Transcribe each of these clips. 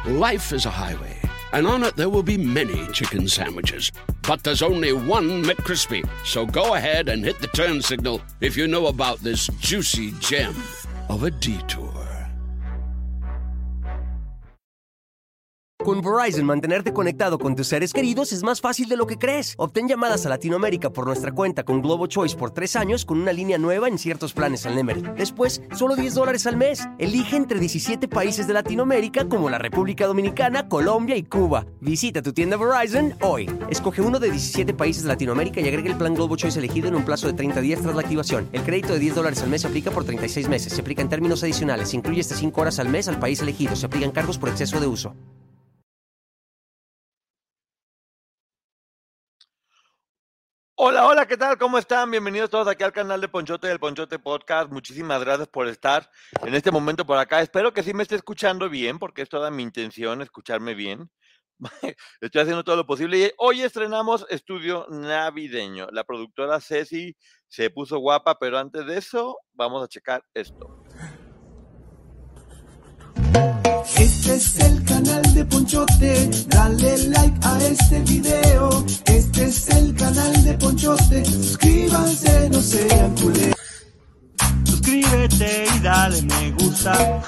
Life is a highway, and on it there will be many chicken sandwiches. But there's only one McCrispy. So go ahead and hit the turn signal if you know about this juicy gem of a detour. Con Verizon, mantenerte conectado con tus seres queridos es más fácil de lo que crees. Obtén llamadas a Latinoamérica por nuestra cuenta con Globo Choice por 3 años con una línea nueva en ciertos planes al Nemery. Después, solo $10 al mes. Elige entre 17 países de Latinoamérica como la República Dominicana, Colombia y Cuba. Visita tu tienda Verizon hoy. Escoge uno de 17 países de Latinoamérica y agrega el plan Globo Choice elegido en un plazo de 30 días tras la activación. El crédito de $10 al mes se aplica por 36 meses. Se aplica en términos adicionales. Se incluye hasta 5 horas al mes al país elegido. Se aplican cargos por exceso de uso. Hola, hola, ¿qué tal? ¿Cómo están? Bienvenidos todos aquí al canal de Ponchote del Ponchote Podcast. Muchísimas gracias por estar en este momento por acá. Espero que sí me esté escuchando bien, porque es toda mi intención escucharme bien. Estoy haciendo todo lo posible y hoy estrenamos estudio navideño. La productora Ceci se puso guapa, pero antes de eso vamos a checar esto. Este es el canal de Ponchote, dale like a este video. Este es el canal de Ponchote, suscríbanse, no sean culés. Suscríbete y dale me gusta.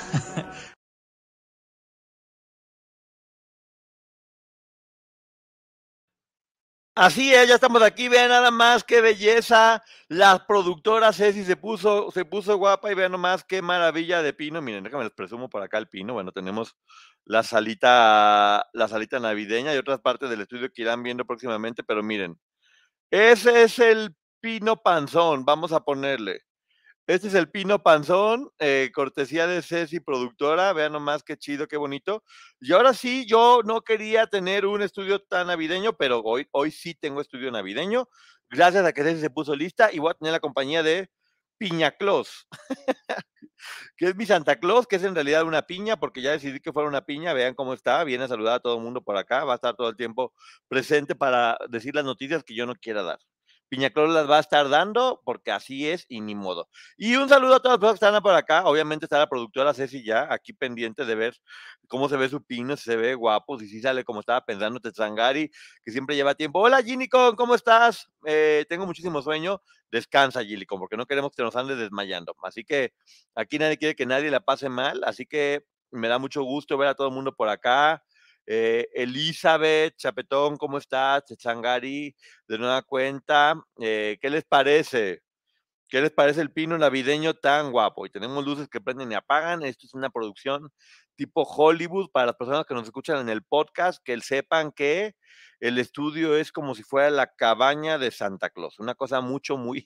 Así es, ya estamos aquí, vean nada más qué belleza, la productora Ceci se puso guapa y vean nomás qué maravilla de pino. Miren, déjame les presumo por acá el pino. Bueno, tenemos la salita navideña y otras partes del estudio que irán viendo próximamente, pero miren, ese es el pino panzón, vamos a ponerle. Este es el pino panzón, cortesía de Ceci productora, vean nomás qué chido, qué bonito. Y ahora sí, yo no quería tener un estudio tan navideño, pero hoy sí tengo estudio navideño, gracias a que Ceci se puso lista y voy a tener la compañía de Piña Claus, que es mi Santa Claus, que es en realidad una piña, porque ya decidí que fuera una piña, vean cómo está, viene a saludar a todo el mundo por acá, va a estar todo el tiempo presente para decir las noticias que yo no quiera dar. Piña Claus las va a estar dando porque así es y ni modo. Y un saludo a todas las personas que están por acá. Obviamente está la productora Ceci ya aquí pendiente de ver cómo se ve su pino, si se ve guapo, si sí sale como estaba pensando Tetzangari, que siempre lleva tiempo. Hola Ginicon, ¿cómo estás? Tengo muchísimo sueño. Descansa Ginicon, porque no queremos que nos andes desmayando. Así que aquí nadie quiere que nadie la pase mal. Así que me da mucho gusto ver a todo el mundo por acá. Elizabeth, Chapetón, ¿cómo estás? Tetzangari, de nueva cuenta, ¿qué les parece? ¿Qué les parece el pino navideño tan guapo? Y tenemos luces que prenden y apagan. Esto es una producción tipo Hollywood para las personas que nos escuchan en el podcast, que sepan que el estudio es como si fuera la cabaña de Santa Claus. Una cosa mucho, muy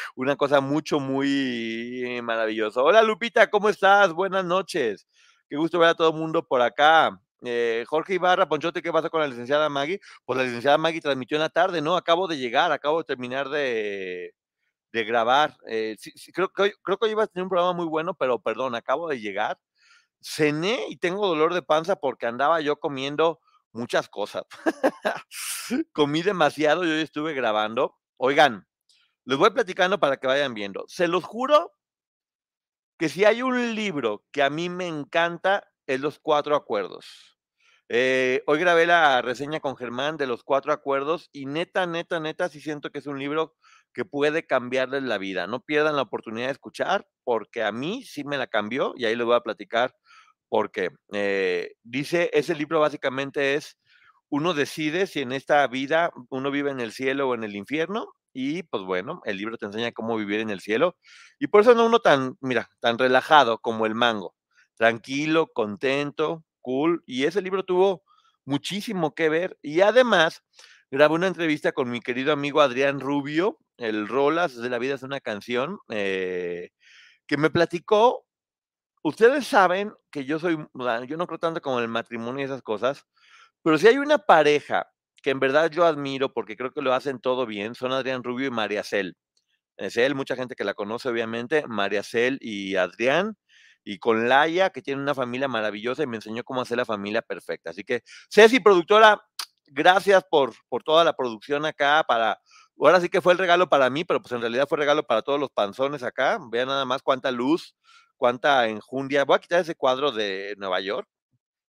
maravillosa. Hola Lupita, ¿cómo estás? Buenas noches. Qué gusto ver a todo el mundo por acá. Jorge Ibarra, Ponchote, ¿qué pasa con la licenciada Maggie? Pues la licenciada Maggie transmitió en la tarde, ¿no? Acabo de llegar, acabo de terminar de grabar. Sí, creo que hoy iba a tener un programa muy bueno, pero perdón, acabo de llegar. Cené y tengo dolor de panza porque andaba yo comiendo muchas cosas. Comí demasiado y hoy estuve grabando. Oigan, les voy platicando para que vayan viendo. Se los juro que si hay un libro que a mí me encanta, es Los Cuatro Acuerdos. Hoy grabé la reseña con Germán de Los Cuatro Acuerdos y neta, sí siento que es un libro que puede cambiarles la vida. No pierdan la oportunidad de escuchar, porque a mí sí me la cambió y ahí les voy a platicar por qué. Dice, ese libro básicamente es, uno decide si en esta vida uno vive en el cielo o en el infierno, y pues bueno, el libro te enseña cómo vivir en el cielo, y por eso no uno tan, mira, tan relajado como el mango, tranquilo, contento, cool, y ese libro tuvo muchísimo que ver, y además grabé una entrevista con mi querido amigo Adrián Rubio, el Rolas de la vida es una canción, que me platicó. Ustedes saben que yo no creo tanto como en el matrimonio y esas cosas, pero si hay una pareja que en verdad yo admiro porque creo que lo hacen todo bien, son Adrián Rubio y María Cel. Cel, mucha gente que la conoce obviamente, María Cel y Adrián, y con Laia, que tiene una familia maravillosa y me enseñó cómo hacer la familia perfecta. Así que, Ceci, productora, gracias por toda la producción acá, ahora sí que fue el regalo para mí, pero pues en realidad fue regalo para todos los panzones acá. Vean nada más cuánta luz, cuánta enjundia. Voy a quitar ese cuadro de Nueva York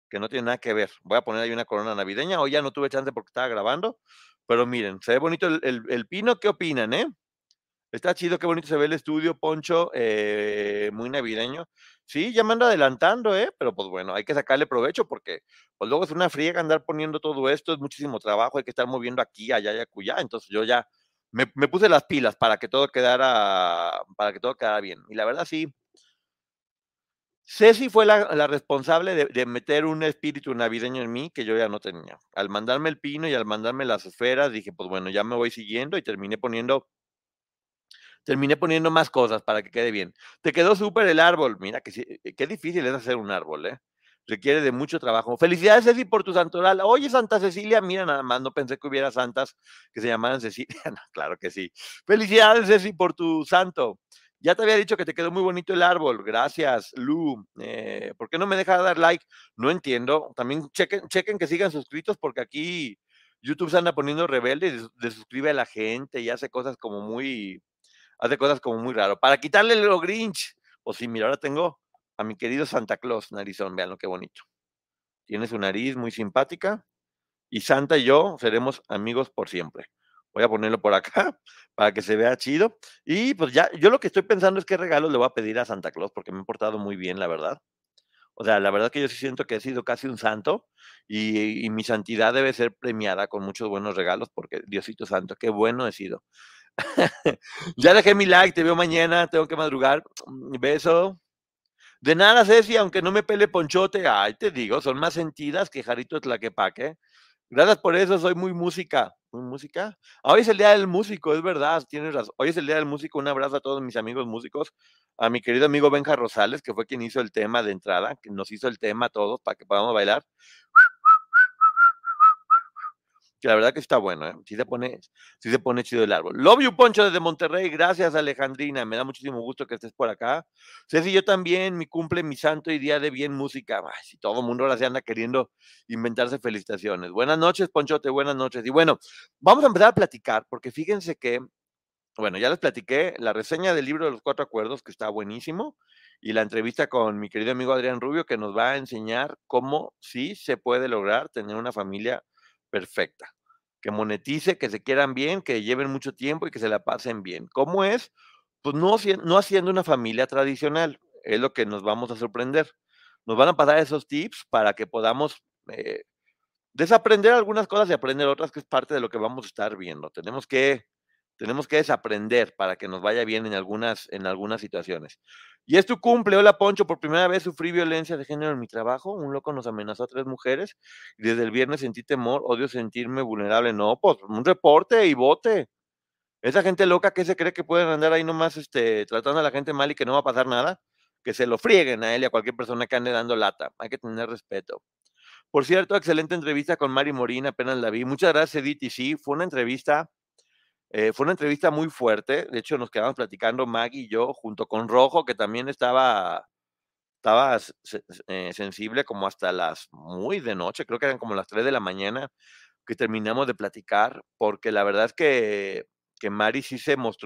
que no tiene nada que ver. Voy a poner ahí una corona navideña. Hoy ya no tuve chance porque estaba grabando, pero miren, se ve bonito el pino. ¿Qué opinan, Está chido, qué bonito se ve el estudio, Poncho, muy navideño. Sí, ya me ando adelantando, pero pues bueno, hay que sacarle provecho porque pues luego es una friega andar poniendo todo esto, es muchísimo trabajo, hay que estar moviendo aquí, allá y acullá. Entonces yo ya me puse las pilas para que todo quedara bien. Y la verdad sí, Ceci fue la responsable de meter un espíritu navideño en mí que yo ya no tenía. Al mandarme el pino y al mandarme las esferas, dije, pues bueno, ya me voy siguiendo y terminé poniendo más cosas para que quede bien. Te quedó súper el árbol. Mira, que sí, qué difícil es hacer un árbol, Requiere de mucho trabajo. Felicidades, Ceci, por tu santoral. Oye, Santa Cecilia, mira, nada más, no pensé que hubiera santas que se llamaran Cecilia. No, claro que sí. Felicidades, Ceci, por tu santo. Ya te había dicho que te quedó muy bonito el árbol. Gracias, Lu. ¿Por qué no me deja dar like? No entiendo. También chequen que sigan suscritos porque aquí YouTube se anda poniendo rebelde y desuscribe a la gente y hace cosas como muy raro. Para quitarle lo Grinch. Pues sí, mira, ahora tengo a mi querido Santa Claus, narizón, vean lo que bonito. Tiene su nariz muy simpática y Santa y yo seremos amigos por siempre. Voy a ponerlo por acá para que se vea chido. Y pues ya, yo lo que estoy pensando es qué regalos le voy a pedir a Santa Claus porque me he portado muy bien, la verdad. O sea, la verdad que yo sí siento que he sido casi un santo y mi santidad debe ser premiada con muchos buenos regalos porque Diosito Santo, qué bueno he sido. Ya dejé mi like, te veo mañana, tengo que madrugar. Beso. De nada, Ceci, aunque no me pele Ponchote, ay, te digo, son más sentidas que Jarito de Tlaquepaque. Gracias por eso, soy muy música. ¿Muy música? Hoy es el día del músico, es verdad, tienes razón. Hoy es el día del músico, un abrazo a todos mis amigos músicos, a mi querido amigo Benja Rosales, que fue quien hizo el tema de entrada, que nos hizo el tema a todos para que podamos bailar. Que la verdad que está bueno, Sí se pone chido el árbol. Love you, Poncho, desde Monterrey. Gracias, Alejandrina. Me da muchísimo gusto que estés por acá. Ceci, yo también, mi cumple, mi santo y día de bien música. Ay, si todo el mundo ahora se anda queriendo inventarse felicitaciones. Buenas noches, Ponchote, buenas noches. Y bueno, vamos a empezar a platicar, porque fíjense que, bueno, ya les platiqué la reseña del libro de los 4 acuerdos, que está buenísimo, y la entrevista con mi querido amigo Adrián Rubio, que nos va a enseñar cómo sí se puede lograr tener una familia perfecta, que monetice, que se quieran bien, que lleven mucho tiempo y que se la pasen bien. ¿Cómo es? Pues no haciendo una familia tradicional, es lo que nos vamos a sorprender. Nos van a pasar esos tips para que podamos desaprender algunas cosas y aprender otras, que es parte de lo que vamos a estar viendo. Tenemos que desaprender para que nos vaya bien en algunas situaciones. Y es tu cumple. Hola, Poncho. Por primera vez sufrí violencia de género en mi trabajo. Un loco nos amenazó a 3 mujeres y desde el viernes sentí temor, odio sentirme vulnerable. No, pues un reporte y vote. Esa gente loca que se cree que pueden andar ahí nomás tratando a la gente mal y que no va a pasar nada, que se lo frieguen a él y a cualquier persona que ande dando lata. Hay que tener respeto. Por cierto, excelente entrevista con Mari Morín, apenas la vi. Muchas gracias, Edith. Y sí, fue una entrevista muy fuerte. De hecho, nos quedamos platicando Maggie y yo, junto con Rojo, que también estaba sensible como hasta las muy de noche, creo que eran como las 3 de la mañana, que terminamos de platicar, porque la verdad es que Mari sí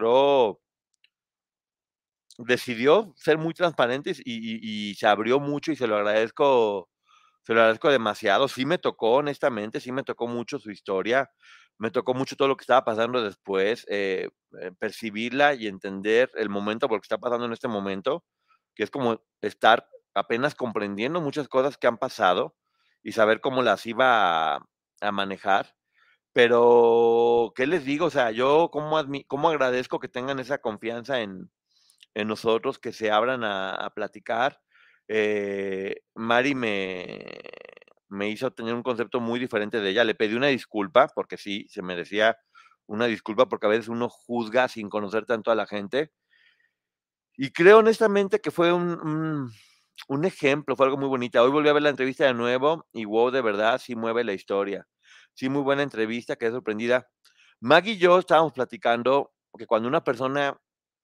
decidió ser muy transparente y se abrió mucho y se lo agradezco demasiado. Sí me tocó, honestamente, sí me tocó mucho su historia, me tocó mucho todo lo que estaba pasando después, percibirla y entender el momento por lo que está pasando en este momento, que es como estar apenas comprendiendo muchas cosas que han pasado y saber cómo las iba a manejar. Pero, ¿qué les digo? O sea, yo cómo agradezco que tengan esa confianza en nosotros, que se abran a platicar. Mari me hizo tener un concepto muy diferente de ella. Le pedí una disculpa, porque sí, se merecía una disculpa, porque a veces uno juzga sin conocer tanto a la gente. Y creo honestamente que fue un ejemplo, fue algo muy bonito. Hoy volví a ver la entrevista de nuevo y wow, de verdad, sí mueve la historia. Sí, muy buena entrevista, quedé sorprendida. Maggie y yo estábamos platicando que cuando una persona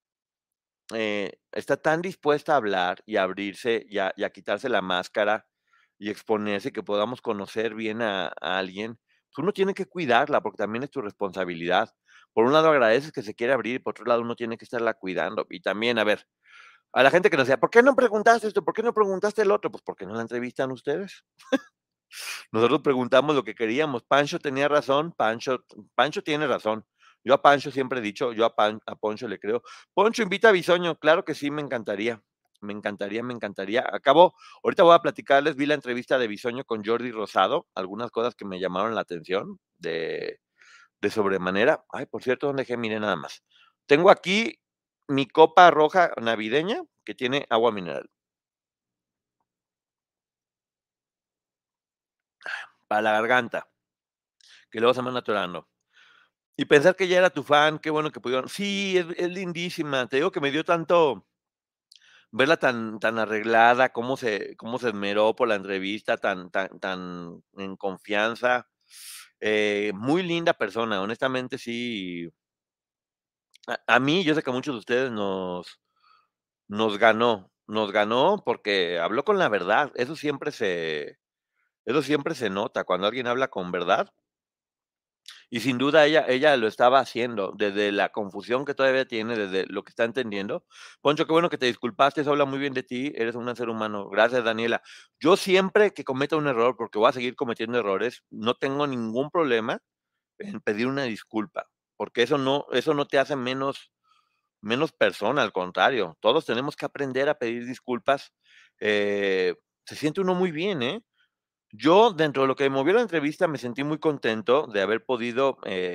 está tan dispuesta a hablar y a abrirse y a quitarse la máscara y exponerse, que podamos conocer bien a alguien, pues uno tiene que cuidarla porque también es tu responsabilidad. Por un lado agradeces que se quiere abrir y por otro lado uno tiene que estarla cuidando. Y también, a ver, A la gente que nos decía, ¿por qué no preguntaste esto? ¿Por qué no preguntaste el otro? Pues porque no la entrevistan ustedes. Nosotros preguntamos lo que queríamos. Pancho tenía razón, Pancho tiene razón. Yo a Pancho siempre he dicho, yo a Poncho le creo. Poncho, invita a Bisoño, claro que sí, me encantaría. Me encantaría, me encantaría. Ahorita voy a platicarles, vi la entrevista de Bisoño con Jordi Rosado, algunas cosas que me llamaron la atención de sobremanera. Ay, por cierto, ¿dónde dejé? Mire nada más. Tengo aquí mi copa roja navideña que tiene agua mineral. Para la garganta, que luego se me anda atorando. Y pensar que ya era tu fan, qué bueno que pudieron. Sí, es lindísima. Te digo que me dio tanto verla tan arreglada, cómo se esmeró por la entrevista, tan en confianza. Muy linda persona, honestamente sí. A mí, yo sé que a muchos de ustedes nos ganó porque habló con la verdad. Eso siempre se nota cuando alguien habla con verdad. Y sin duda ella lo estaba haciendo, desde la confusión que todavía tiene, desde lo que está entendiendo. Poncho, qué bueno que te disculpaste, eso habla muy bien de ti, eres un ser humano. Gracias, Daniela. Yo siempre que cometa un error, porque voy a seguir cometiendo errores, no tengo ningún problema en pedir una disculpa, porque eso no te hace menos persona, al contrario. Todos tenemos que aprender a pedir disculpas. Eh, Se siente uno muy bien, ¿eh? Yo, dentro de lo que me movió la entrevista, me sentí muy contento de haber podido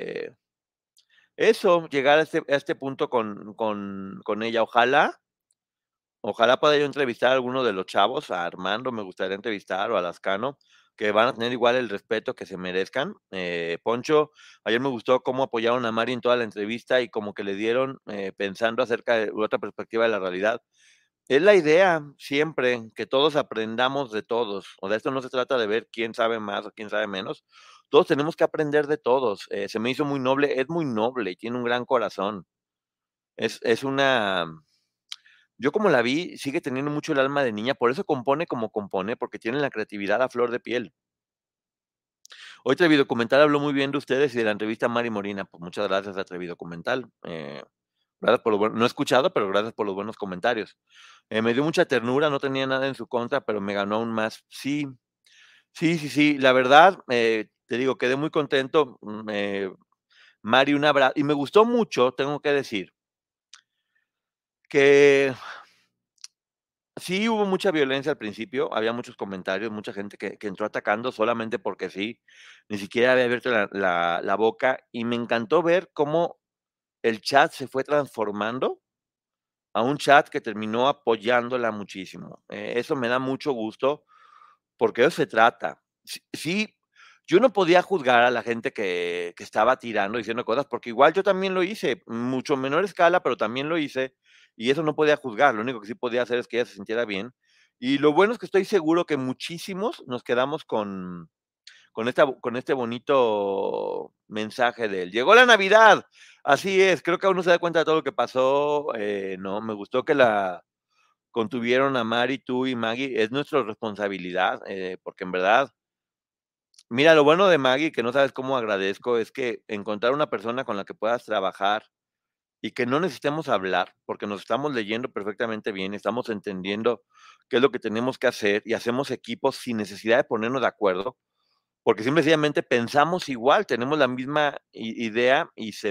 llegar a este punto con ella. Ojalá pueda yo entrevistar a alguno de los chavos, a Armando me gustaría entrevistar, o a Lascano, que van a tener igual el respeto que se merezcan. Poncho, ayer me gustó cómo apoyaron a Mari en toda la entrevista y como que le dieron pensando acerca de otra perspectiva de la realidad. Es la idea siempre, que todos aprendamos de todos. O sea, esto no se trata de ver quién sabe más o quién sabe menos. Todos tenemos que aprender de todos. Se me hizo muy noble, es muy noble y tiene un gran corazón. Es una. Yo como la vi, sigue teniendo mucho el alma de niña, por eso compone como compone, porque tiene la creatividad a flor de piel. Hoy Trevi Documental habló muy bien de ustedes y de la entrevista a Mari Morina. Pues muchas gracias a Trevi Documental. Gracias por lo bueno. No he escuchado, pero gracias por los buenos comentarios. Me dio mucha ternura, no tenía nada en su contra, pero me ganó aún más. Sí, sí, sí, sí. La verdad, te digo, quedé muy contento. Mari, un abrazo. Y me gustó mucho, tengo que decir, que sí hubo mucha violencia al principio, había muchos comentarios, mucha gente que entró atacando solamente porque sí, ni siquiera había abierto la boca. Y me encantó ver cómo el chat se fue transformando a un chat que terminó apoyándola muchísimo. Eso me da mucho gusto, porque de eso se trata. Sí, sí, yo no podía juzgar a la gente que estaba tirando, diciendo cosas, porque igual yo también lo hice, mucho menor escala, pero también lo hice, y eso no podía juzgar. Lo único que sí podía hacer es que ella se sintiera bien. Y lo bueno es que estoy seguro que muchísimos nos quedamos con este bonito mensaje de él. Llegó la Navidad, así es, creo que aún no se da cuenta de todo lo que pasó. No, me gustó que la contuvieron a Mari, tú y Maggie, es nuestra responsabilidad, porque en verdad, mira, lo bueno de Maggie, que no sabes cómo agradezco, es que encontrar una persona con la que puedas trabajar y que no necesitemos hablar, porque nos estamos leyendo perfectamente bien, estamos entendiendo qué es lo que tenemos que hacer y hacemos equipos sin necesidad de ponernos de acuerdo, porque simplemente pensamos igual, tenemos la misma idea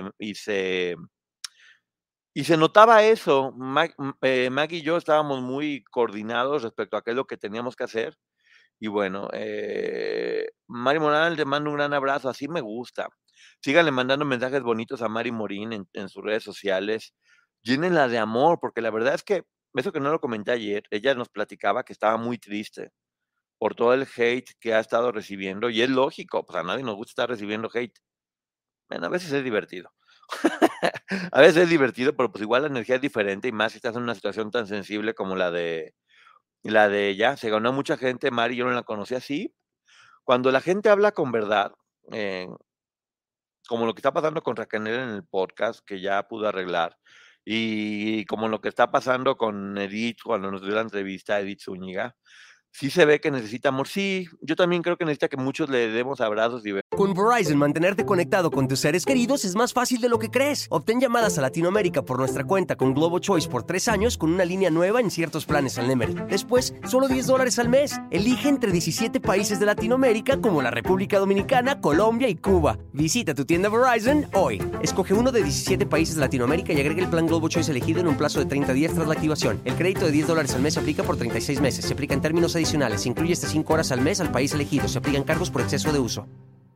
y se notaba eso. Maggie y yo estábamos muy coordinados respecto a qué es lo que teníamos que hacer. Y bueno, Mari Morán, le mando un gran abrazo, así me gusta. Síganle mandando mensajes bonitos a Mari Morín en sus redes sociales. Llénenla de amor, porque la verdad es que, eso que no lo comenté ayer, ella nos platicaba que estaba muy triste por todo el hate que ha estado recibiendo, y es lógico, pues a nadie nos gusta estar recibiendo hate. Bueno, a veces es divertido. A veces es divertido, pero pues igual la energía es diferente, y más si estás en una situación tan sensible como la de ella. Se ganó mucha gente, Mari, yo no la conocía así. Cuando la gente habla con verdad, eh, como lo que está pasando con Raquel en el podcast, que ya pudo arreglar, y como lo que está pasando con Edith cuando nos dio la entrevista a Edith Zúñiga, Sí se ve que necesita amor. Sí, yo también creo que necesita que muchos le demos abrazos y besos. Con Verizon, mantenerte conectado con tus seres queridos es más fácil de lo que crees. Obtén llamadas a Latinoamérica por nuestra cuenta con Globo Choice por 3 años con una línea nueva en ciertos planes al Nemery. Después, solo $10 al mes. Elige entre 17 países de Latinoamérica como la República Dominicana, Colombia y Cuba. Visita tu tienda Verizon hoy. Escoge uno de 17 países de Latinoamérica y agrega el plan Globo Choice elegido en un plazo de 30 días tras la activación. El crédito de $10 al mes se aplica por 36 meses. Se aplica en términos adicionales. Se incluye hasta 5 horas al mes al país elegido. Se aplican cargos por exceso de uso.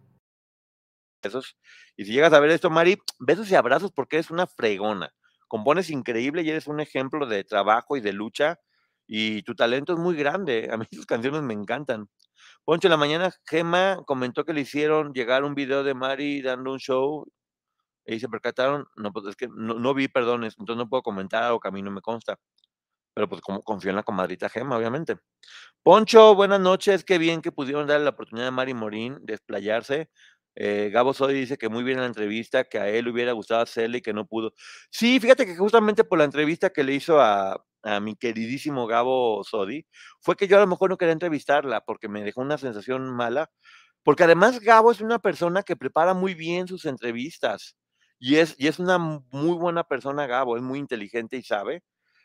Y si llegas a ver esto, Mari, besos y abrazos porque eres una fregona. Compones increíble y eres un ejemplo de trabajo y de lucha. Y tu talento es muy grande. A mí tus canciones me encantan. Poncho, en la mañana Gema comentó que le hicieron llegar un video de Mari dando un show y se percataron. No, pues es que no vi, perdón, entonces no puedo comentar algo que a mí no me consta. Pero pues como confío en la comadrita Gema, obviamente. Poncho, buenas noches. Qué bien que pudieron darle la oportunidad a Mari Morín de explayarse. Gabo Sodi dice que muy bien en la entrevista, que a él le hubiera gustado hacerle y que no pudo. Sí, fíjate que justamente por la entrevista que le hizo a mi queridísimo Gabo Sodi, fue que yo a lo mejor no quería entrevistarla porque me dejó una sensación mala, porque además Gabo es una persona que prepara muy bien sus entrevistas y es una muy buena persona Gabo, es muy inteligente y sabe.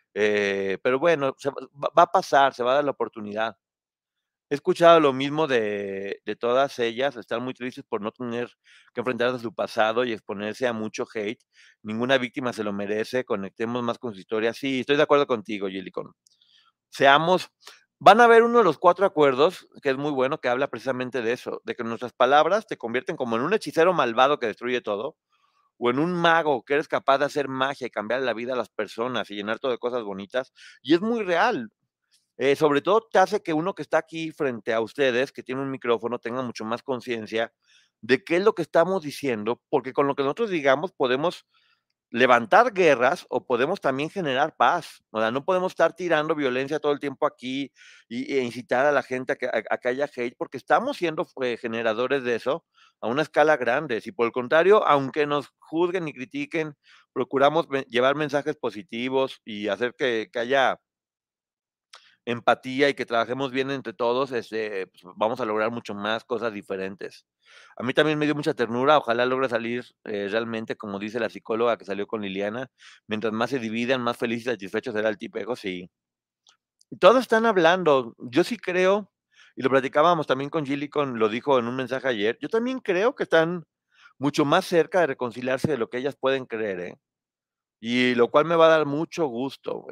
Pero bueno, va a pasar, se va a dar la oportunidad. He escuchado lo mismo de todas ellas, están muy tristes por no tener que enfrentarse a su pasado y exponerse a mucho hate. Ninguna víctima se lo merece, conectemos más con su historia. Sí, estoy de acuerdo contigo, Yilicon. Seamos, van a ver uno de los 4 acuerdos, que es muy bueno, que habla precisamente de eso, de que nuestras palabras te convierten como en un hechicero malvado que destruye todo, o en un mago que eres capaz de hacer magia y cambiar la vida a las personas y llenar todo de cosas bonitas. Y es muy real. Sobre todo te hace que uno que está aquí frente a ustedes, que tiene un micrófono, tenga mucho más conciencia de qué es lo que estamos diciendo, porque con lo que nosotros digamos podemos levantar guerras o podemos también generar paz. O sea, no podemos estar tirando violencia todo el tiempo aquí e incitar a la gente a que haya hate, porque estamos siendo generadores de eso a una escala grande. Si por el contrario, aunque nos juzguen y critiquen, procuramos llevar mensajes positivos y hacer que haya empatía y que trabajemos bien entre todos, pues, vamos a lograr mucho más cosas diferentes. A mí también me dio mucha ternura, ojalá logre salir realmente, como dice la psicóloga que salió con Liliana, mientras más se dividan, más feliz y satisfecho será el tipejo, sí. Todos están hablando, yo sí creo, y lo platicábamos también con Gilly, lo dijo en un mensaje ayer, yo también creo que están mucho más cerca de reconciliarse de lo que ellas pueden creer, ¿eh? Y lo cual me va a dar mucho gusto.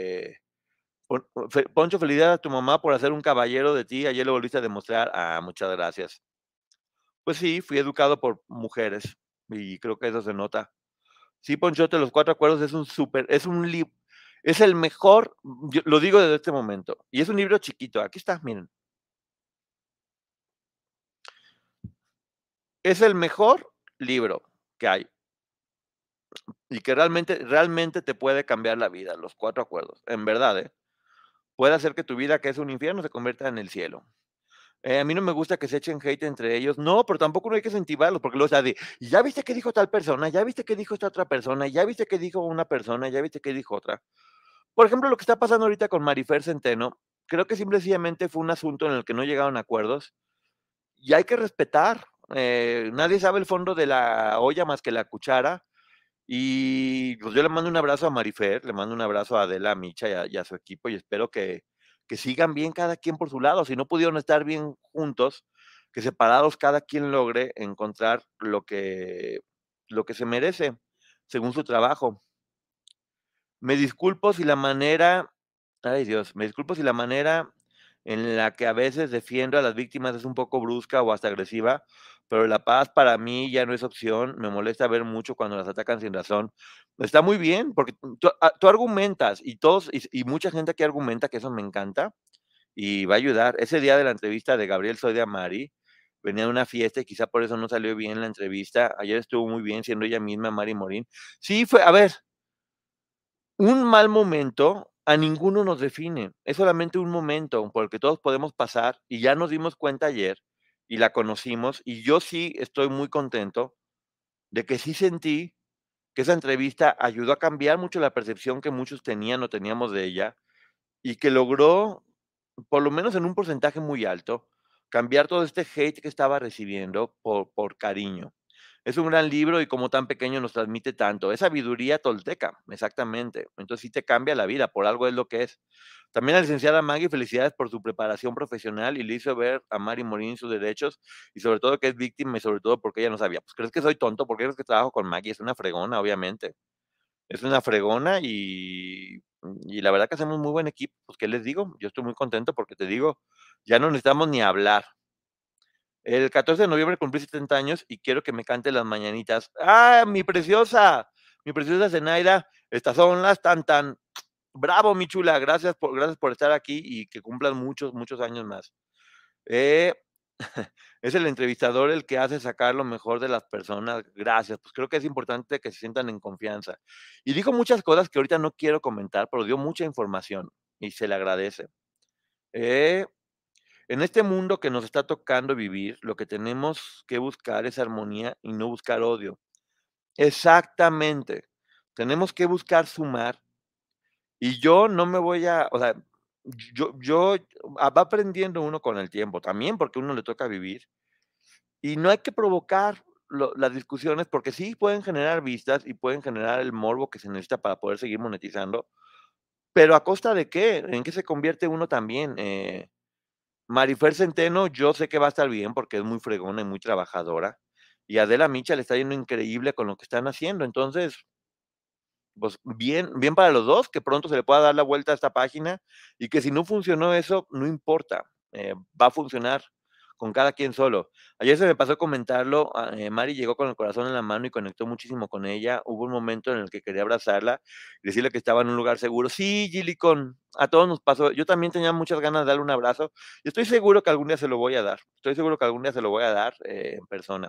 Poncho, felicidades a tu mamá por hacer un caballero de ti. Ayer lo volviste a demostrar. Ah, muchas gracias. Pues sí, fui educado por mujeres y creo que eso se nota. Sí, Ponchote, Los 4 Acuerdos es un libro, es el mejor, yo lo digo desde este momento, y es un libro chiquito. Aquí está, miren. Es el mejor libro que hay y que realmente te puede cambiar la vida, Los 4 Acuerdos. En verdad, ¿eh? Puede hacer que tu vida, que es un infierno, se convierta en el cielo. A mí no me gusta que se echen hate entre ellos. No, pero tampoco no hay que incentivarlos, porque luego está de, "¿Y ya viste qué dijo tal persona? ¿Ya viste qué dijo esta otra persona? ¿Ya viste qué dijo una persona? ¿Ya viste qué dijo otra?". Por ejemplo, lo que está pasando ahorita con Marifer Centeno, creo que simplemente fue un asunto en el que no llegaron a acuerdos y hay que respetar. Nadie sabe el fondo de la olla más que la cuchara. Y pues yo le mando un abrazo a Marifer, le mando un abrazo a Adela, a Micha y a su equipo y espero que sigan bien cada quien por su lado. Si no pudieron estar bien juntos, que separados cada quien logre encontrar lo que se merece según su trabajo. Me disculpo si la manera, ay Dios, me disculpo si la manera en la que a veces defiendo a las víctimas es un poco brusca o hasta agresiva, pero la paz para mí ya no es opción. Me molesta ver mucho cuando las atacan sin razón. Está muy bien, porque tú argumentas y mucha gente aquí argumenta, que eso me encanta y va a ayudar. Ese día de la entrevista de Gabriel Soy de Mari, venía de una fiesta y quizá por eso no salió bien la entrevista. Ayer estuvo muy bien siendo ella misma Mari Morín. Sí, a ver, un mal momento a ninguno nos define, es solamente un momento por el que todos podemos pasar y ya nos dimos cuenta ayer y la conocimos y yo sí estoy muy contento de que sí sentí que esa entrevista ayudó a cambiar mucho la percepción que muchos tenían o teníamos de ella y que logró por lo menos en un porcentaje muy alto, cambiar todo este hate que estaba recibiendo por cariño. Es un gran libro y como tan pequeño nos transmite tanto. Es sabiduría tolteca, exactamente. Entonces sí te cambia la vida, por algo es lo que es. También a la licenciada Maggie, felicidades por su preparación profesional y le hizo ver a Mari Morín sus derechos y sobre todo que es víctima y sobre todo porque ella no sabía. Pues crees que soy tonto, porque crees que trabajo con Maggie, es una fregona, obviamente. Es una fregona y la verdad que hacemos muy buen equipo. Pues, ¿qué les digo? Yo estoy muy contento porque te digo, ya no necesitamos ni hablar. El 14 de noviembre cumplí 70 años y quiero que me cante las mañanitas. ¡Ah, mi preciosa Zenaida! Estas son las tan tan. Bravo, mi chula, gracias por estar aquí y que cumplan muchos, muchos años más. Eh, es el entrevistador el que hace sacar lo mejor de las personas. Gracias, pues creo que es importante que se sientan en confianza. Y dijo muchas cosas que ahorita no quiero comentar, pero dio mucha información y se le agradece. Eh, en este mundo que nos está tocando vivir, lo que tenemos que buscar es armonía y no buscar odio. Exactamente. Tenemos que buscar sumar y yo no me voy a, o sea, yo va aprendiendo uno con el tiempo también porque uno le toca vivir y no hay que provocar las discusiones porque sí pueden generar vistas y pueden generar el morbo que se necesita para poder seguir monetizando, pero ¿a costa de qué? ¿En qué se convierte uno también? Marifer Centeno, yo sé que va a estar bien porque es muy fregona y muy trabajadora. Y Adela Micha le está yendo increíble con lo que están haciendo. Entonces, pues bien, bien para los dos, que pronto se le pueda dar la vuelta a esta página y que si no funcionó eso, no importa, va a funcionar con cada quien solo. Ayer se me pasó comentarlo, Mari llegó con el corazón en la mano y conectó muchísimo con ella. Hubo un momento en el que quería abrazarla y decirle que estaba en un lugar seguro. Sí, Gilicon, a todos nos pasó. Yo también tenía muchas ganas de darle un abrazo y estoy seguro que algún día se lo voy a dar. Estoy seguro que algún día se lo voy a dar en persona,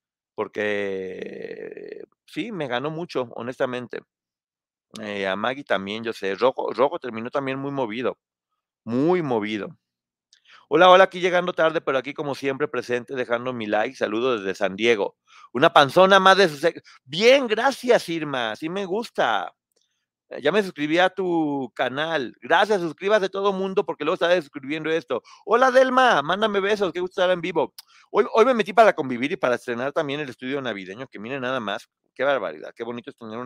porque sí, me ganó mucho, honestamente. A Maggie también, yo sé. Rojo terminó también muy movido, muy movido. Hola, hola, aquí llegando tarde, pero aquí como siempre presente, dejando mi like. Saludos desde San Diego. Una panzona más de su... Bien, gracias, Irma. Sí me gusta. Ya me suscribí a tu canal. Gracias, suscríbase todo mundo porque luego está suscribiendo esto. Hola, Delma, mándame besos, qué gusto estar en vivo. Hoy me metí para convivir y para estrenar también el estudio navideño, que miren nada más. Qué barbaridad, qué bonito es tener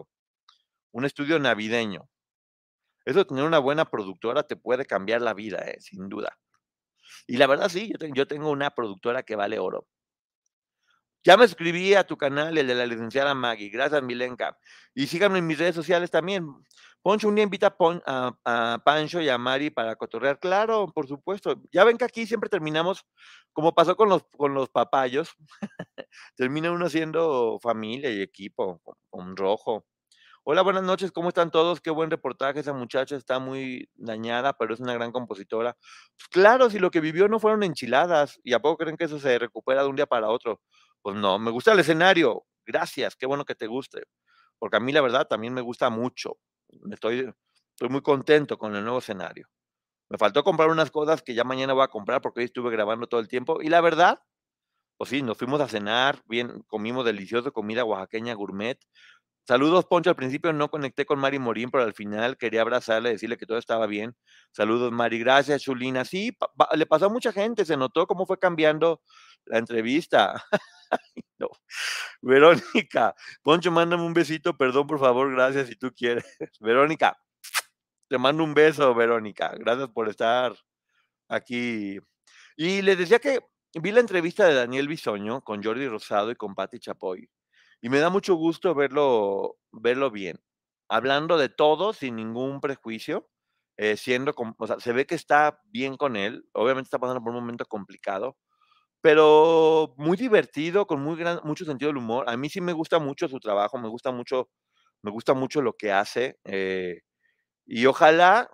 un estudio navideño. Eso de tener una buena productora te puede cambiar la vida, sin duda. Y la verdad sí, yo tengo una productora que vale oro. Ya me suscribí a tu canal, el de la licenciada Maggie. Gracias, Milenka. Y síganme en mis redes sociales también. Poncho, un día invita a Pancho y a Mari para cotorrear. Claro, por supuesto. Ya ven que aquí siempre terminamos, como pasó con los papayos, termina uno siendo familia y equipo, con Rojo. Hola, buenas noches, ¿cómo están todos? Qué buen reportaje, esa muchacha está muy dañada, pero es una gran compositora. Pues claro, si lo que vivió no fueron enchiladas, ¿y a poco creen que eso se recupera de un día para otro? Pues no, me gusta el escenario, gracias, qué bueno que te guste, porque a mí la verdad también me gusta mucho, estoy muy contento con el nuevo escenario. Me faltó comprar unas cosas que ya mañana voy a comprar porque hoy estuve grabando todo el tiempo, y la verdad, pues sí, nos fuimos a cenar, bien, comimos delicioso, comida oaxaqueña gourmet. Saludos, Poncho. Al principio no conecté con Mari Morín, pero al final quería abrazarle, decirle que todo estaba bien. Saludos, Mari. Gracias, Chulina. Sí, le pasó a mucha gente, se notó cómo fue cambiando la entrevista. No. Verónica, Poncho, mándame un besito, perdón, por favor, gracias si tú quieres. Verónica, te mando un beso, Verónica. Gracias por estar aquí. Y les decía que vi la entrevista de Daniel Bisoño con Jordi Rosado y con Patti Chapoy. Y me da mucho gusto verlo bien, hablando de todo sin ningún prejuicio, o sea, se ve que está bien con él, obviamente está pasando por un momento complicado, pero muy divertido, con mucho sentido del humor. A mí sí me gusta mucho su trabajo, me gusta mucho lo que hace, y ojalá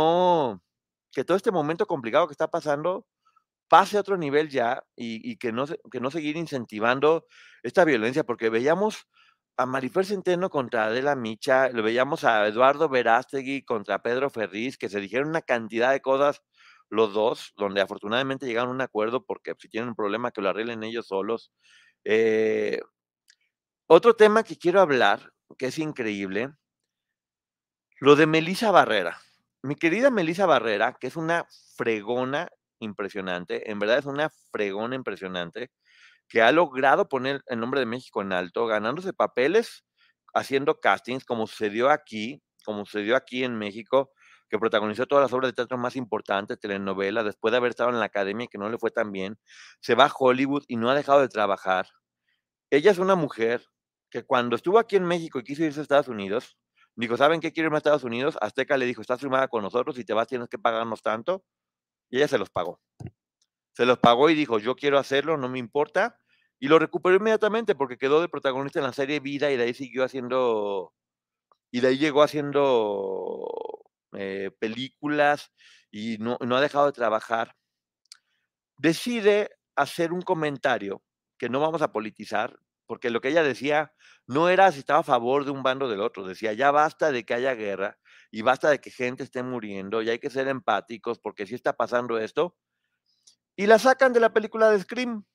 que todo este momento complicado que está pasando pase a otro nivel ya y que no seguir incentivando esta violencia, porque veíamos a Marifer Centeno contra Adela Micha, lo veíamos a Eduardo Verástegui contra Pedro Ferriz, que se dijeron una cantidad de cosas los dos, donde afortunadamente llegaron a un acuerdo porque si tienen un problema que lo arreglen ellos solos. Eh, Otro tema que quiero hablar, que es increíble, lo de Melissa Barrera. mi querida Melissa Barrera, que es una fregona impresionante, en verdad es una fregona impresionante, que ha logrado poner el nombre de México en alto, ganándose papeles, haciendo castings, como sucedió aquí en México, que protagonizó todas las obras de teatro más importantes, telenovelas, después de haber estado en la academia y que no le fue tan bien, se va a Hollywood y no ha dejado de trabajar. Ella es una mujer que cuando estuvo aquí en México y quiso irse a Estados Unidos, dijo, ¿saben qué? Quiero irme a Estados Unidos. Azteca le dijo, estás firmada con nosotros y te vas, tienes que pagarnos tanto. Y ella se los pagó. Se los pagó y dijo, yo quiero hacerlo, no me importa. Y lo recuperó inmediatamente porque quedó de protagonista en la serie Vida y de ahí siguió haciendo, y de ahí llegó haciendo películas y no ha dejado de trabajar. Decide hacer un comentario que no vamos a politizar, porque lo que ella decía no era si estaba a favor de un bando o del otro, decía, ya basta de que haya guerra y basta de que gente esté muriendo y hay que ser empáticos porque sí está pasando esto. Y la sacan de la película de Scream.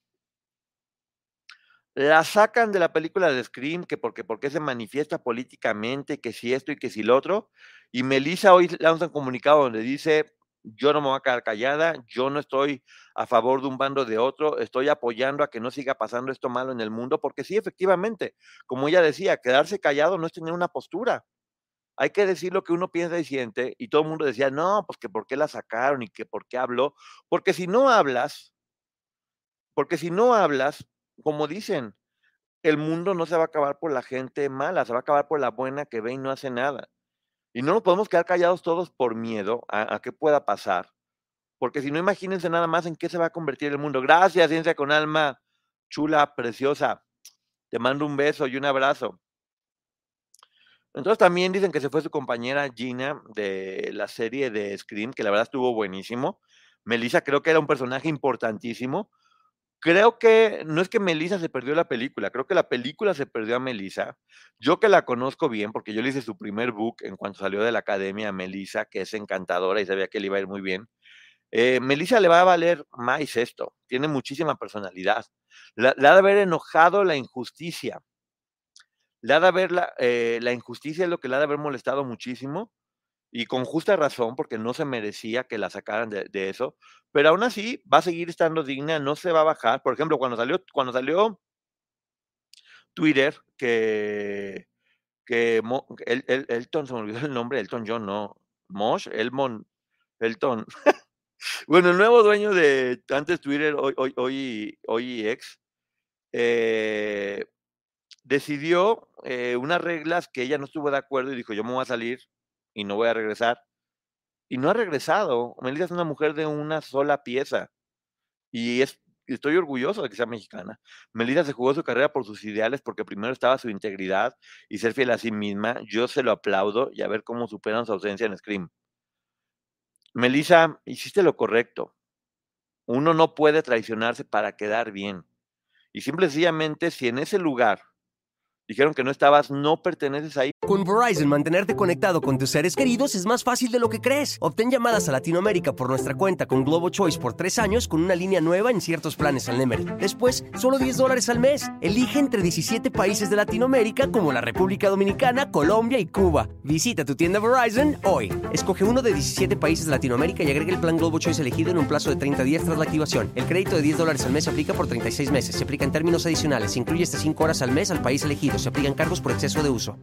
La sacan de la película de Scream, que porque se manifiesta políticamente, que si esto y que si lo otro. Y Melissa hoy lanza un comunicado donde dice, yo no me voy a quedar callada, yo no estoy a favor de un bando o de otro, estoy apoyando a que no siga pasando esto malo en el mundo, porque sí, efectivamente, como ella decía, quedarse callado no es tener una postura. Hay que decir lo que uno piensa y siente, y todo el mundo decía, no, pues que por qué la sacaron y que por qué habló, porque si no hablas, porque si no hablas, como dicen, el mundo no se va a acabar por la gente mala, se va a acabar por la buena que ve y no hace nada. Y no nos podemos quedar callados todos por miedo a qué pueda pasar, porque si no, imagínense nada más en qué se va a convertir el mundo. Gracias, Ciencia con Alma, chula, preciosa. Te mando un beso y un abrazo. Entonces también dicen que se fue su compañera Gina de la serie de Scream, que la verdad estuvo buenísimo. Melissa creo que era un personaje importantísimo. Creo que no es que Melissa se perdió la película, creo que la película se perdió a Melissa. Yo que la conozco bien, porque yo le hice su primer book en cuanto salió de la academia a Melissa, que es encantadora y sabía que le iba a ir muy bien. Melissa le va a valer más esto, tiene muchísima personalidad. Le ha de haber enojado la injusticia. Le ha de haber la injusticia es lo que le ha de haber molestado muchísimo y con justa razón, porque no se merecía que la sacaran de eso, pero aún así va a seguir estando digna, no se va a bajar. Por ejemplo, cuando salió Twitter, que Elton, se me olvidó el nombre, Elton John, no, Elton. Bueno, el nuevo dueño de antes Twitter, hoy ex, eh, decidió unas reglas que ella no estuvo de acuerdo y dijo, yo me voy a salir y no voy a regresar. Y no ha regresado. Melissa es una mujer de una sola pieza y estoy orgulloso de que sea mexicana. Melissa se jugó su carrera por sus ideales porque primero estaba su integridad y ser fiel a sí misma. Yo se lo aplaudo y a ver cómo superan su ausencia en Scream. Melissa, hiciste lo correcto. Uno no puede traicionarse para quedar bien. Y simple y sencillamente, si en ese lugar dijeron que no estabas, no perteneces ahí. Con Verizon, mantenerte conectado con tus seres queridos es más fácil de lo que crees. Obtén llamadas a Latinoamérica por nuestra cuenta con Globo Choice por 3 años con una línea nueva en ciertos planes al Nemery. Después, solo $10 al mes. Elige entre 17 países de Latinoamérica como la República Dominicana, Colombia y Cuba. Visita tu tienda Verizon hoy. Escoge uno de 17 países de Latinoamérica y agrega el plan Globo Choice elegido en un plazo de 30 días tras la activación. El crédito de $10 al mes se aplica por 36 meses. Se aplica en términos adicionales. Se incluye hasta 5 horas al mes al país elegido. Se aplican cargos por exceso de uso.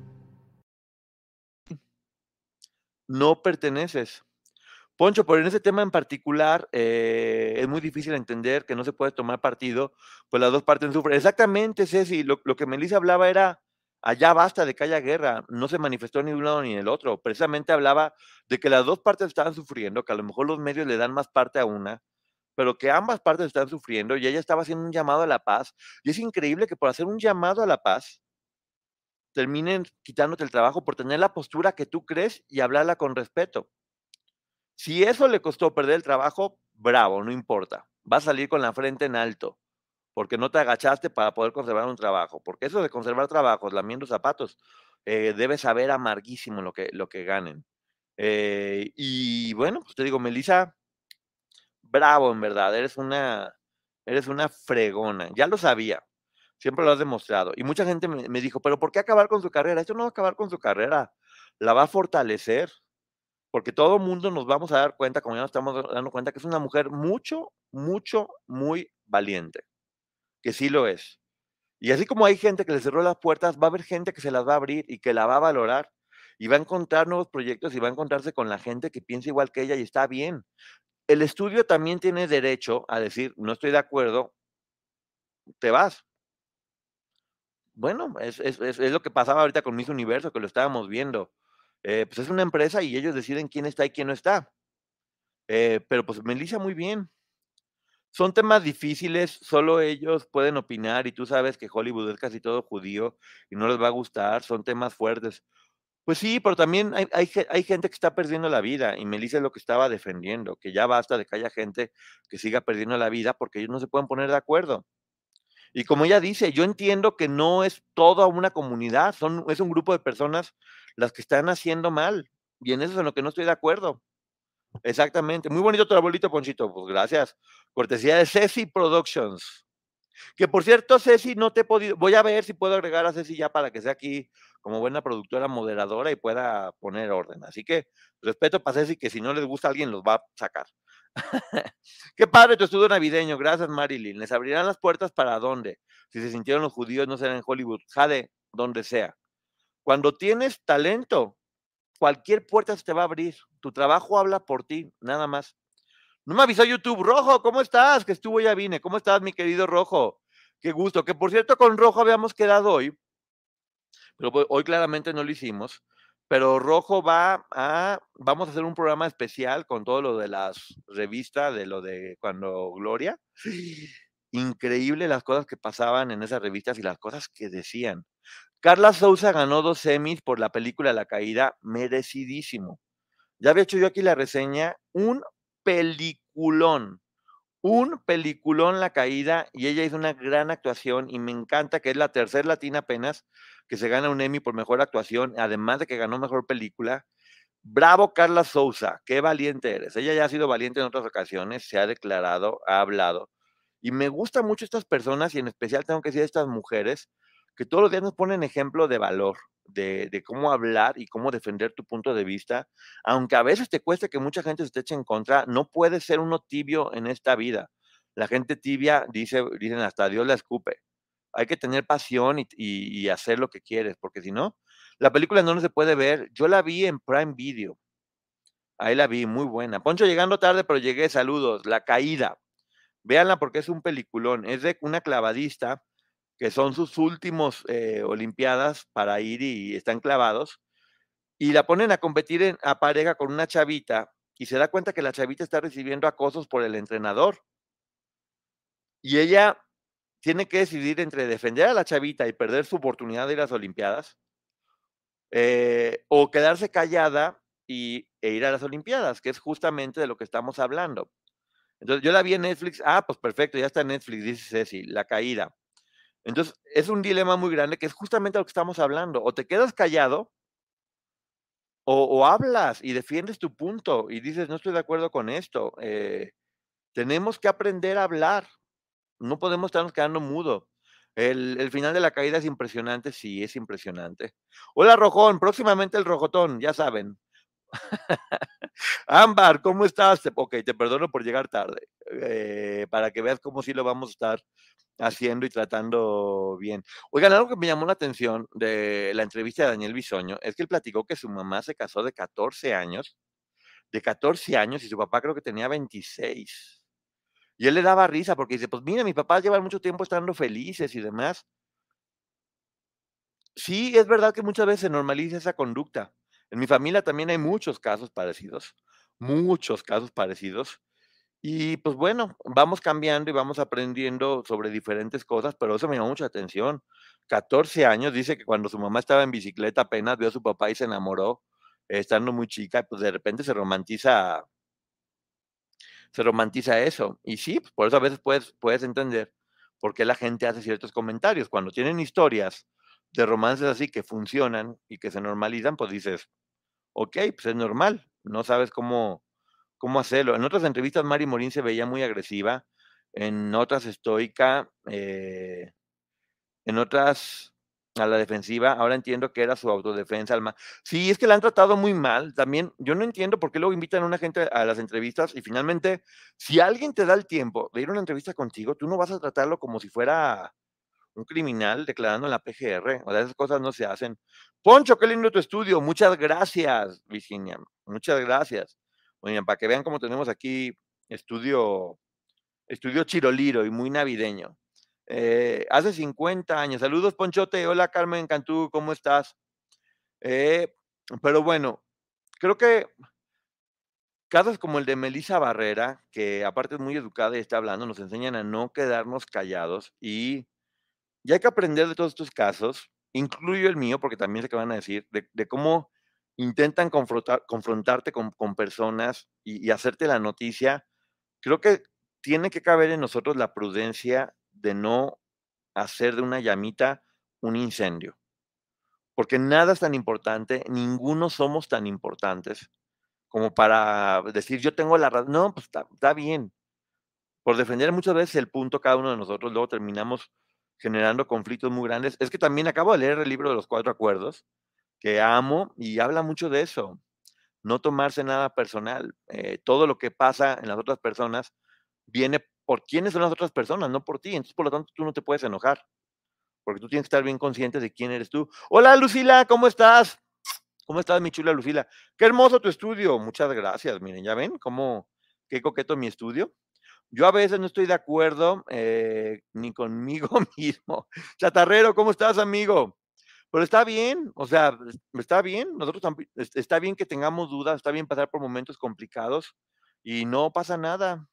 No perteneces. Poncho, pero en ese tema en particular es muy difícil entender que no se puede tomar partido, pues las dos partes sufren. Exactamente, Ceci, lo que Melissa hablaba era, allá basta de que haya guerra, no se manifestó ni de un lado ni del otro, precisamente hablaba de que las dos partes estaban sufriendo, que a lo mejor los medios le dan más parte a una, pero que ambas partes están sufriendo y ella estaba haciendo un llamado a la paz, y es increíble que por hacer un llamado a la paz, terminen quitándote el trabajo por tener la postura que tú crees y hablarla con respeto. Si eso le costó perder el trabajo, bravo, no importa. Va a salir con la frente en alto, porque no te agachaste para poder conservar un trabajo. Porque eso de conservar trabajos, lamiendo zapatos, debe saber amarguísimo lo que ganen. Y bueno, pues te digo, Melissa, bravo, en verdad, eres una fregona. Ya lo sabía, siempre lo has demostrado. Y mucha gente me dijo, pero ¿por qué acabar con su carrera? Esto no va a acabar con su carrera, la va a fortalecer. porque todo mundo nos vamos a dar cuenta, como ya nos estamos dando cuenta, que es una mujer mucho, mucho, muy valiente, que sí lo es. Y así como hay gente que le cerró las puertas, va a haber gente que se las va a abrir y que la va a valorar y va a encontrar nuevos proyectos y va a encontrarse con la gente que piensa igual que ella y está bien. El estudio también tiene derecho a decir, no estoy de acuerdo, te vas. Bueno, es lo que pasaba ahorita con Miss Universo, que lo estábamos viendo. Pues es una empresa y ellos deciden quién está y quién no está. Pero pues Melissa muy bien. Son temas difíciles, solo ellos pueden opinar y tú sabes que Hollywood es casi todo judío y no les va a gustar, son temas fuertes. Pues sí, pero también hay gente que está perdiendo la vida y Melissa es lo que estaba defendiendo, que ya basta de que haya gente que siga perdiendo la vida porque ellos no se pueden poner de acuerdo. Y como ella dice, yo entiendo que no es toda una comunidad, es un grupo de personas las que están haciendo mal y en eso es en lo que no estoy de acuerdo. Exactamente. Muy bonito tu arbolito, Ponchito. Pues gracias. Cortesía de Ceci Productions. Que por cierto, Ceci, no te he podido. Voy a ver si puedo agregar a Ceci ya para que sea aquí como buena productora moderadora y pueda poner orden. Así que respeto para Ceci, que si no les gusta a alguien los va a sacar. Qué padre tu estudio navideño. Gracias, Marilyn. ¿Les abrirán las puertas para dónde? Si se sintieron los judíos, no será en Hollywood. Jade, donde sea. Cuando tienes talento, cualquier puerta se te va a abrir. Tu trabajo habla por ti, nada más. No me avisó YouTube. Rojo, ¿cómo estás? Que estuvo, ya vine. ¿Cómo estás, mi querido Rojo? Qué gusto. Que por cierto, con Rojo habíamos quedado hoy, pero hoy claramente no lo hicimos. Pero Rojo vamos a hacer un programa especial con todo lo de las revistas, de lo de cuando Gloria. Increíble las cosas que pasaban en esas revistas y las cosas que decían. Carla Souza ganó 2 Emmys por la película La Caída, merecidísimo. Ya había hecho yo aquí la reseña, peliculón, un peliculón La Caída, y ella hizo una gran actuación y me encanta que es la tercera latina apenas que se gana un Emmy por mejor actuación, además de que ganó mejor película. Bravo Carla Souza, qué valiente eres. Ella ya ha sido valiente en otras ocasiones, se ha declarado, ha hablado. Y me gustan mucho estas personas y en especial tengo que decir estas mujeres que todos los días nos ponen ejemplo de valor, de cómo hablar y cómo defender tu punto de vista. Aunque a veces te cueste que mucha gente se te eche en contra, no puede ser uno tibio en esta vida. La gente tibia, dicen hasta Dios la escupe. Hay que tener pasión y hacer lo que quieres, porque si no, la película no se puede ver. Yo la vi en Prime Video. Ahí la vi, muy buena. Poncho llegando tarde, pero llegué, saludos. La Caída. Véanla porque es un peliculón. Es de una clavadista que son sus últimos olimpiadas para ir y están clavados. Y la ponen a competir a pareja con una chavita y se da cuenta que la chavita está recibiendo acosos por el entrenador. Y ella tiene que decidir entre defender a la chavita y perder su oportunidad de ir a las olimpiadas o quedarse callada e ir a las olimpiadas, que es justamente de lo que estamos hablando. Entonces yo la vi en Netflix, pues perfecto, ya está en Netflix, dice Ceci, La Caída. Entonces es un dilema muy grande que es justamente lo que estamos hablando, o te quedas callado o hablas y defiendes tu punto y dices, no estoy de acuerdo con esto, tenemos que aprender a hablar, no podemos estarnos quedando mudo. El final de La Caída es impresionante, sí, es impresionante. Hola Rojón, próximamente el Rojotón, ya saben. Ámbar, ¿cómo estás? Ok, te perdono por llegar tarde, para que veas cómo sí lo vamos a estar haciendo y tratando bien. Oigan, algo que me llamó la atención de la entrevista de Daniel Bisoño es que él platicó que su mamá se casó de 14 años y su papá creo que tenía 26. Y él le daba risa porque dice, pues mira, mis papás llevan mucho tiempo estando felices y demás. Sí, es verdad que muchas veces se normaliza esa conducta. En mi familia también hay muchos casos parecidos. Y pues bueno, vamos cambiando y vamos aprendiendo sobre diferentes cosas, pero eso me llamó mucha atención. 14 años, dice que cuando su mamá estaba en bicicleta apenas vio a su papá y se enamoró, estando muy chica, y pues de repente se romantiza eso. Y sí, pues por eso a veces puedes entender por qué la gente hace ciertos comentarios. Cuando tienen historias de romances así que funcionan y que se normalizan, pues dices, ok, pues es normal, no sabes cómo hacerlo. En otras entrevistas Mari Morín se veía muy agresiva, en otras estoica, en otras a la defensiva. Ahora entiendo que era su autodefensa. Sí, es que la han tratado muy mal. También yo no entiendo por qué luego invitan a una gente a las entrevistas y finalmente, si alguien te da el tiempo de ir a una entrevista contigo, tú no vas a tratarlo como si fuera un criminal declarando en la PGR. O sea, esas cosas no se hacen. Poncho, qué lindo tu estudio. Muchas gracias, Virginia. Muchas gracias. Oigan, para que vean cómo tenemos aquí estudio chiroliro y muy navideño. Hace 50 años. Saludos, Ponchote. Hola, Carmen Cantú, ¿cómo estás? Pero bueno, creo que casos como el de Melissa Barrera, que aparte es muy educada y está hablando, nos enseñan a no quedarnos callados y hay que aprender de todos estos casos, incluyo el mío, porque también sé que van a decir, de cómo intentan confrontarte con personas y hacerte la noticia. Creo que tiene que caber en nosotros la prudencia de no hacer de una llamita un incendio, porque nada es tan importante, ninguno somos tan importantes como para decir yo tengo la razón. No, pues está bien. Por defender muchas veces el punto cada uno de nosotros, luego terminamos generando conflictos muy grandes. Es que también acabo de leer el libro de los 4 acuerdos, que amo y habla mucho de eso, no tomarse nada personal. Todo lo que pasa en las otras personas viene por quiénes son las otras personas, no por ti. Entonces, por lo tanto, tú no te puedes enojar, porque tú tienes que estar bien consciente de quién eres tú. Hola, Lucila, ¿cómo estás? ¿Cómo estás, mi chula Lucila? Qué hermoso tu estudio. Muchas gracias. Miren, ¿ya ven cómo, qué coqueto mi estudio? Yo a veces no estoy de acuerdo ni conmigo mismo. Chatarrero, ¿cómo estás, amigo? Pero está bien, o sea, está bien. Nosotros está bien que tengamos dudas, está bien pasar por momentos complicados y no pasa nada.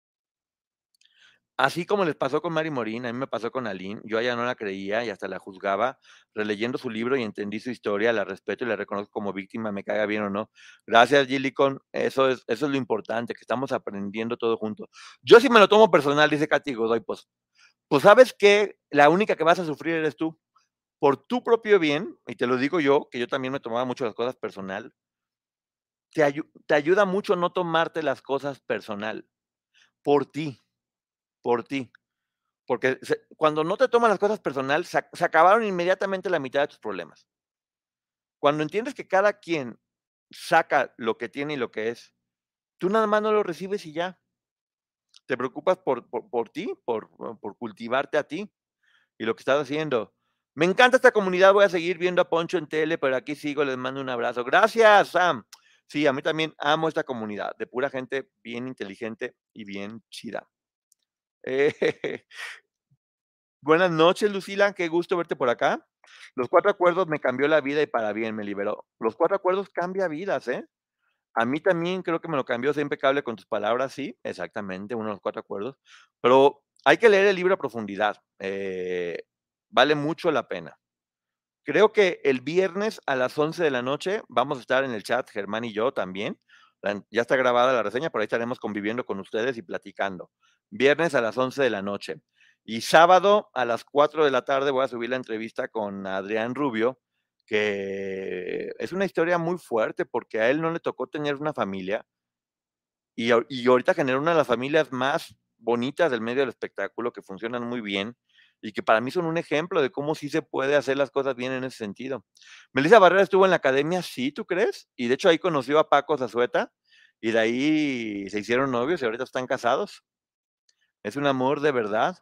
Así como les pasó con Mary Morín, a mí me pasó con Aline, yo a ella no la creía y hasta la juzgaba, releyendo su libro y entendí su historia, la respeto y la reconozco como víctima, me caiga bien o no. Gracias, Gillicon, eso es lo importante, que estamos aprendiendo todo juntos. Yo sí me lo tomo personal, dice Katy Godoy, pues ¿sabes qué? La única que vas a sufrir eres tú, por tu propio bien, y te lo digo yo, que yo también me tomaba mucho las cosas personal, te ayuda mucho no tomarte las cosas personal, por ti, por ti. Porque cuando no te tomas las cosas personal, se acabaron inmediatamente la mitad de tus problemas. Cuando entiendes que cada quien saca lo que tiene y lo que es, tú nada más no lo recibes y ya. Te preocupas por ti, por cultivarte a ti y lo que estás haciendo. Me encanta esta comunidad, voy a seguir viendo a Poncho en tele, pero aquí sigo, les mando un abrazo. Gracias, Sam. Sí, a mí también amo esta comunidad, de pura gente bien inteligente y bien chida. Buenas noches, Lucila, qué gusto verte por acá. Los 4 acuerdos me cambió la vida y para bien, me liberó. Los 4 acuerdos cambia vidas, ¿eh? A mí también creo que me lo cambió, sé impecable con tus palabras, sí, exactamente, uno de los 4 acuerdos, pero hay que leer el libro a profundidad, vale mucho la pena. Creo que el viernes a las 11 de la noche vamos a estar en el chat, Germán y yo también. Ya está grabada la reseña, por ahí estaremos conviviendo con ustedes y platicando. Viernes a las 11 de la noche. Y sábado a las 4 de la tarde voy a subir la entrevista con Adrián Rubio, que es una historia muy fuerte porque a él no le tocó tener una familia y ahorita genera una de las familias más bonitas del medio del espectáculo que funcionan muy bien y que para mí son un ejemplo de cómo sí se puede hacer las cosas bien en ese sentido. Melissa Barrera estuvo en la academia, ¿sí, tú crees? Y de hecho ahí conoció a Paco Zazueta y de ahí se hicieron novios y ahorita están casados. Es un amor de verdad.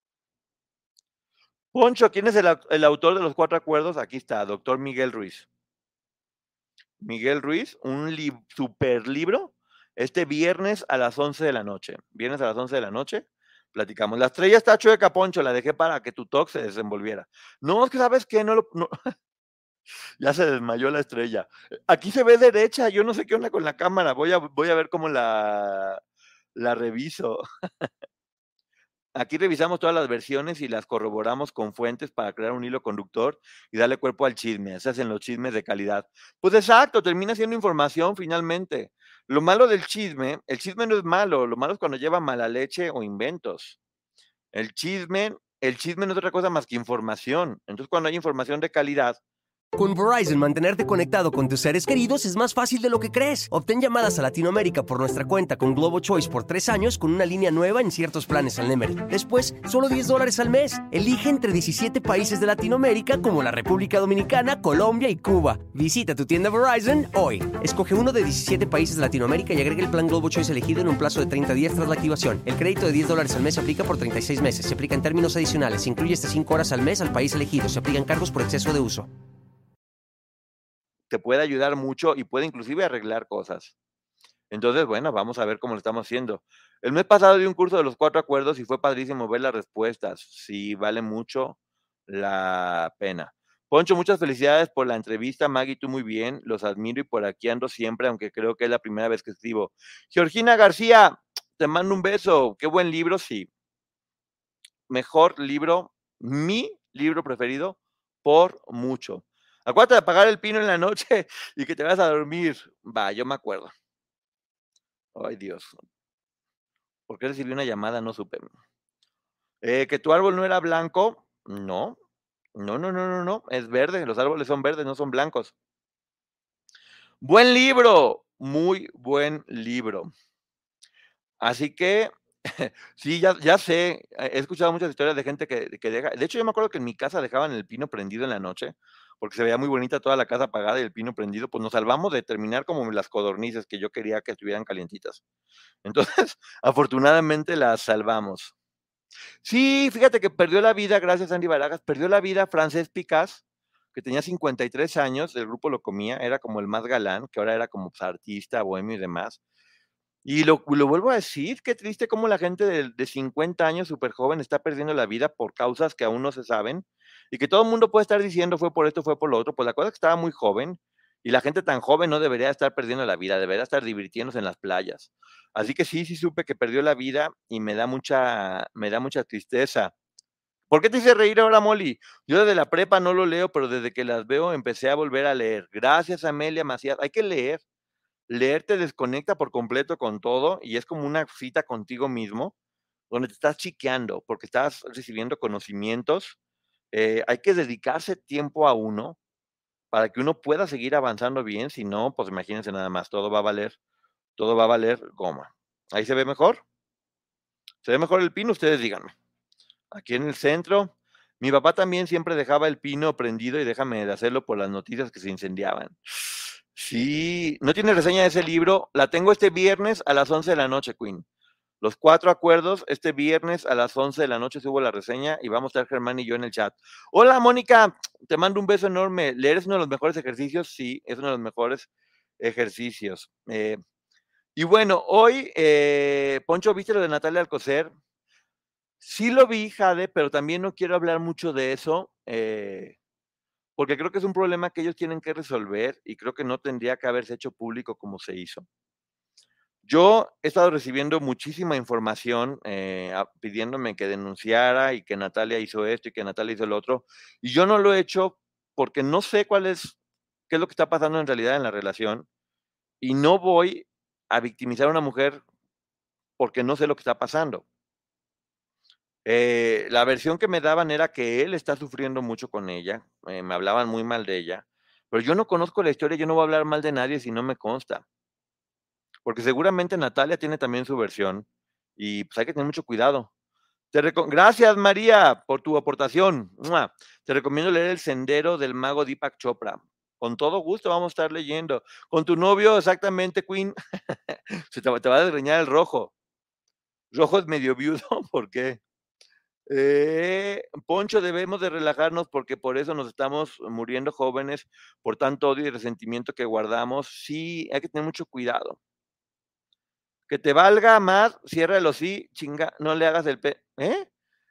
Poncho, ¿quién es el autor de los 4 acuerdos? Aquí está, doctor Miguel Ruiz. Miguel Ruiz, un super libro, este viernes a las 11 de la noche. Viernes a las 11 de la noche, platicamos. La estrella está chueca, Poncho, la dejé para que tu talk se desenvolviera. No, es que sabes que no, ya se desmayó la estrella. Aquí se ve derecha, yo no sé qué onda con la cámara, voy a ver cómo la reviso. Aquí revisamos todas las versiones y las corroboramos con fuentes para crear un hilo conductor y darle cuerpo al chisme. Se hacen los chismes de calidad. Pues exacto, termina siendo información finalmente. Lo malo del chisme, el chisme no es malo, lo malo es cuando lleva mala leche o inventos. El chisme no es otra cosa más que información. Entonces, cuando hay información de calidad, Con Verizon, mantenerte conectado con tus seres queridos es más fácil de lo que crees. Obtén llamadas a Latinoamérica por nuestra cuenta con Globo Choice por 3 años con una línea nueva en ciertos planes al Nemery. Después, solo $10 al mes. Elige entre 17 países de Latinoamérica como la República Dominicana, Colombia y Cuba. Visita tu tienda Verizon hoy. Escoge uno de 17 países de Latinoamérica y agrega el plan Globo Choice elegido en un plazo de 30 días tras la activación. El crédito de $10 al mes se aplica por 36 meses. Se aplica en términos adicionales. Se incluye hasta 5 horas al mes al país elegido. Se aplican cargos por exceso de uso. Te puede ayudar mucho y puede inclusive arreglar cosas. Entonces, bueno, vamos a ver cómo lo estamos haciendo. El mes pasado di un curso de los 4 acuerdos y fue padrísimo ver las respuestas. Sí, vale mucho la pena. Poncho, muchas felicidades por la entrevista. Maggie, tú muy bien. Los admiro y por aquí ando siempre, aunque creo que es la primera vez que escribo. Georgina García, te mando un beso. Qué buen libro, sí. Mejor libro, mi libro preferido, por mucho. Acuérdate de apagar el pino en la noche y que te vas a dormir. Va, yo me acuerdo. Ay, Dios. ¿Por qué recibí una llamada? No supe. ¿Que tu árbol no era blanco? No. No. Es verde. Los árboles son verdes, no son blancos. Buen libro. Muy buen libro. Así que, sí, ya sé. He escuchado muchas historias de gente que deja. De hecho, yo me acuerdo que en mi casa dejaban el pino prendido en la noche porque se veía muy bonita toda la casa apagada y el pino prendido. Pues nos salvamos de terminar como las codornices que yo quería que estuvieran calientitas. Entonces, afortunadamente las salvamos. Sí, fíjate que perdió la vida, gracias a Andy Barajas, perdió la vida Francesc Picas, que tenía 53 años, el grupo lo comía, era como el más galán, que ahora era como pues, artista, bohemio y demás. Y lo vuelvo a decir, qué triste cómo la gente de 50 años, súper joven, está perdiendo la vida por causas que aún no se saben, y que todo el mundo puede estar diciendo fue por esto, fue por lo otro. Pues la cosa es que estaba muy joven, y la gente tan joven no debería estar perdiendo la vida, debería estar divirtiéndose en las playas. Así que sí supe que perdió la vida y me da mucha tristeza. ¿Por qué te hice reír ahora, Molly? Yo desde la prepa no lo leo, pero desde que las veo empecé a volver a leer. Gracias, Amelia Macías. Hay que leer. Leer te desconecta por completo con todo y es como una cita contigo mismo, donde te estás chiqueando, porque estás recibiendo conocimientos. Hay que dedicarse tiempo a uno para que uno pueda seguir avanzando bien. Si no, pues imagínense nada más, todo va a valer goma. ¿Ahí se ve mejor? ¿Se ve mejor el pino? Ustedes díganme. Aquí en el centro, mi papá también siempre dejaba el pino prendido y déjame de hacerlo por las noticias que se incendiaban. Sí, ¿no tiene reseña de ese libro? La tengo este viernes a las 11 de la noche, Queen. Los 4 acuerdos, este viernes a las 11 de la noche subo la reseña y vamos a estar Germán y yo en el chat. Hola, Mónica, te mando un beso enorme. ¿Leer es uno de los mejores ejercicios? Sí, es uno de los mejores ejercicios. Y bueno, hoy, Poncho, ¿viste lo de Natalia Alcocer? Sí lo vi, Jade, pero también no quiero hablar mucho de eso, porque creo que es un problema que ellos tienen que resolver y creo que no tendría que haberse hecho público como se hizo. Yo he estado recibiendo muchísima información pidiéndome que denunciara y que Natalia hizo esto y que Natalia hizo lo otro, y yo no lo he hecho porque no sé qué es lo que está pasando en realidad en la relación, y no voy a victimizar a una mujer porque no sé lo que está pasando. La versión que me daban era que él está sufriendo mucho con ella, me hablaban muy mal de ella, pero yo no conozco la historia, yo no voy a hablar mal de nadie si no me consta, porque seguramente Natalia tiene también su versión y pues hay que tener mucho cuidado. Gracias, María, por tu aportación. ¡Mua! Te recomiendo leer El Sendero del Mago Deepak Chopra. Con todo gusto vamos a estar leyendo. Con tu novio, exactamente, Queen. te va a desgreñar el rojo. Rojo es medio viudo, ¿por qué? Poncho, debemos de relajarnos porque por eso nos estamos muriendo jóvenes, por tanto odio y resentimiento que guardamos. Sí, hay que tener mucho cuidado. Que te valga más, ciérralo, sí, chinga, no le hagas el ¿eh?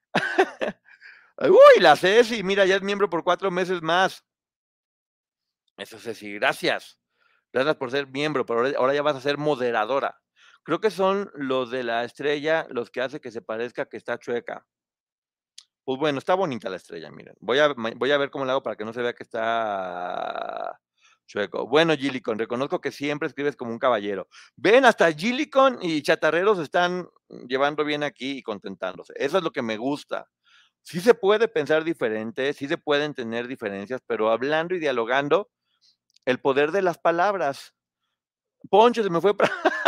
Uy, la Ceci, mira, ya es miembro por 4 meses más. Eso, Ceci, gracias. Gracias por ser miembro, pero ahora ya vas a ser moderadora. Creo que son los de la estrella los que hace que se parezca que está chueca. Pues bueno, está bonita la estrella, miren. Voy a ver cómo la hago para que no se vea que está chueco. Bueno, Gillicon, reconozco que siempre escribes como un caballero. Ven, hasta Gillicon y Chatarreros están llevando bien aquí y contentándose. Eso es lo que me gusta. Sí se puede pensar diferente, sí se pueden tener diferencias, pero hablando y dialogando, el poder de las palabras. Poncho, se me fue...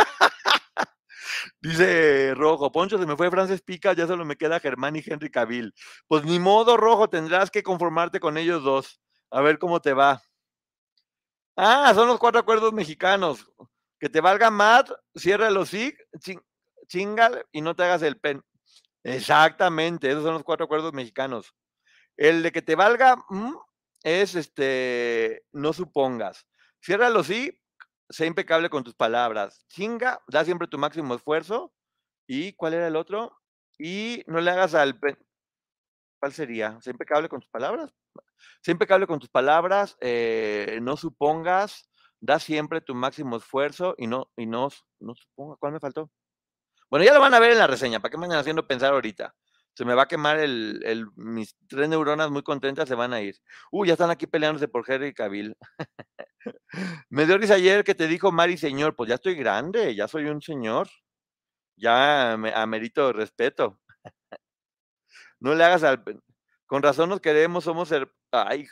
Dice Rojo, Poncho, se me fue Frances Pica, ya solo me queda Germán y Henry Cavill. Pues ni modo, Rojo, tendrás que conformarte con ellos dos. A ver cómo te va. Ah, son los 4 acuerdos mexicanos. Que te valga Matt, cierra el hocic, chinga y no te hagas el pen. Exactamente, esos son los 4 acuerdos mexicanos. El de que te valga es no supongas. Cierra el hocic, sé impecable con tus palabras. Chinga, da siempre tu máximo esfuerzo. ¿Y cuál era el otro? Y no le hagas al... ¿Cuál sería? Sé impecable con tus palabras. Sé impecable con tus palabras, no supongas, da siempre tu máximo esfuerzo y no supongas. ¿Cuál me faltó? Bueno, ya lo van a ver en la reseña. ¿Para qué me andan haciendo pensar ahorita? Se me va a quemar mis 3 neuronas muy contentas, se van a ir. Ya están aquí peleándose por Henry Cavill. Me dio risa ayer que te dijo Mari señor, pues ya estoy grande, ya soy un señor. Ya amerito respeto. No le hagas al... Con razón nos queremos, somos... Ay.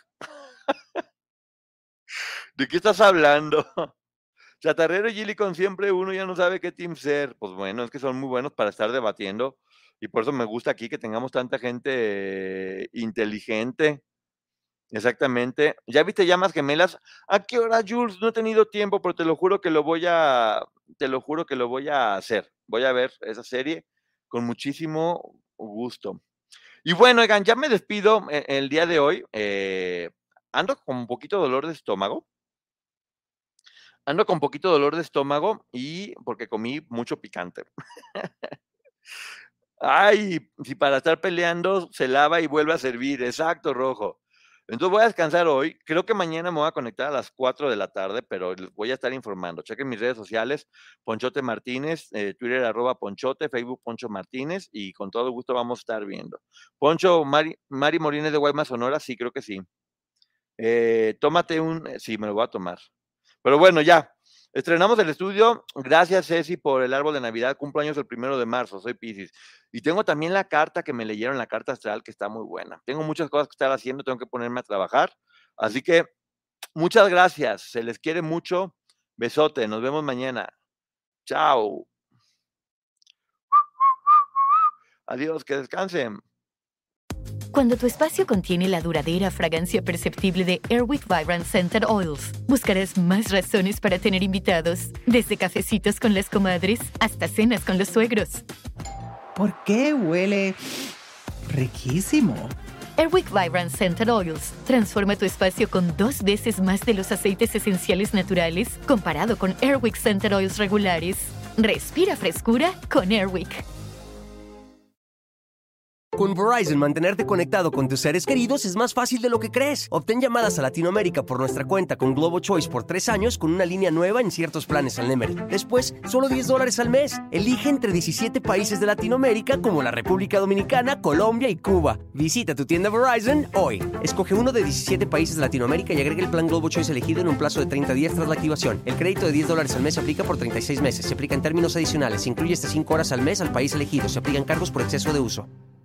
¿De qué estás hablando? Chatarrero y Gillicon siempre uno ya no sabe qué team ser. Pues bueno, es que son muy buenos para estar debatiendo. Y por eso me gusta aquí que tengamos tanta gente inteligente. Exactamente. ¿Ya viste Llamas Gemelas? ¿A qué hora, Jules? No he tenido tiempo, pero te lo juro que lo voy a hacer. Voy a ver esa serie con muchísimo gusto. Y bueno, oigan, ya me despido el día de hoy. Ando con un poquito de dolor de estómago. Y porque comí mucho picante. Ay, si para estar peleando se lava y vuelve a servir. Exacto, Rojo. Entonces voy a descansar hoy. Creo que mañana me voy a conectar a las 4 de la tarde, pero les voy a estar informando. Chequen mis redes sociales, Ponchote Martínez, Twitter @Ponchote, Facebook Poncho Martínez, y con todo gusto vamos a estar viendo. Poncho, Mari Morines de Guaymas, Sonora, sí, creo que sí. Tómate sí, me lo voy a tomar. Pero bueno, ya. Estrenamos el estudio. Gracias, Ceci, por el árbol de Navidad. Cumpleaños el 1 de marzo. Soy Piscis. Y tengo también la carta que me leyeron, la carta astral, que está muy buena. Tengo muchas cosas que estar haciendo. Tengo que ponerme a trabajar. Así que, muchas gracias. Se les quiere mucho. Besote. Nos vemos mañana. Chao. Adiós. Que descansen. Cuando tu espacio contiene la duradera fragancia perceptible de Airwick Vibrant Scented Oils, buscarás más razones para tener invitados, desde cafecitos con las comadres hasta cenas con los suegros. ¿Por qué huele riquísimo? Airwick Vibrant Scented Oils transforma tu espacio con 2 veces más de los aceites esenciales naturales comparado con Airwick Scented Oils regulares. Respira frescura con Airwick. Con Verizon, mantenerte conectado con tus seres queridos es más fácil de lo que crees. Obtén llamadas a Latinoamérica por nuestra cuenta con Globo Choice por 3 años con una línea nueva en ciertos planes al Nemery. Después, solo $10 al mes. Elige entre 17 países de Latinoamérica como la República Dominicana, Colombia y Cuba. Visita tu tienda Verizon hoy. Escoge uno de 17 países de Latinoamérica y agrega el plan Globo Choice elegido en un plazo de 30 días tras la activación. El crédito de $10 al mes se aplica por 36 meses. Se aplica en términos adicionales. Se incluye hasta 5 horas al mes al país elegido. Se aplican cargos por exceso de uso.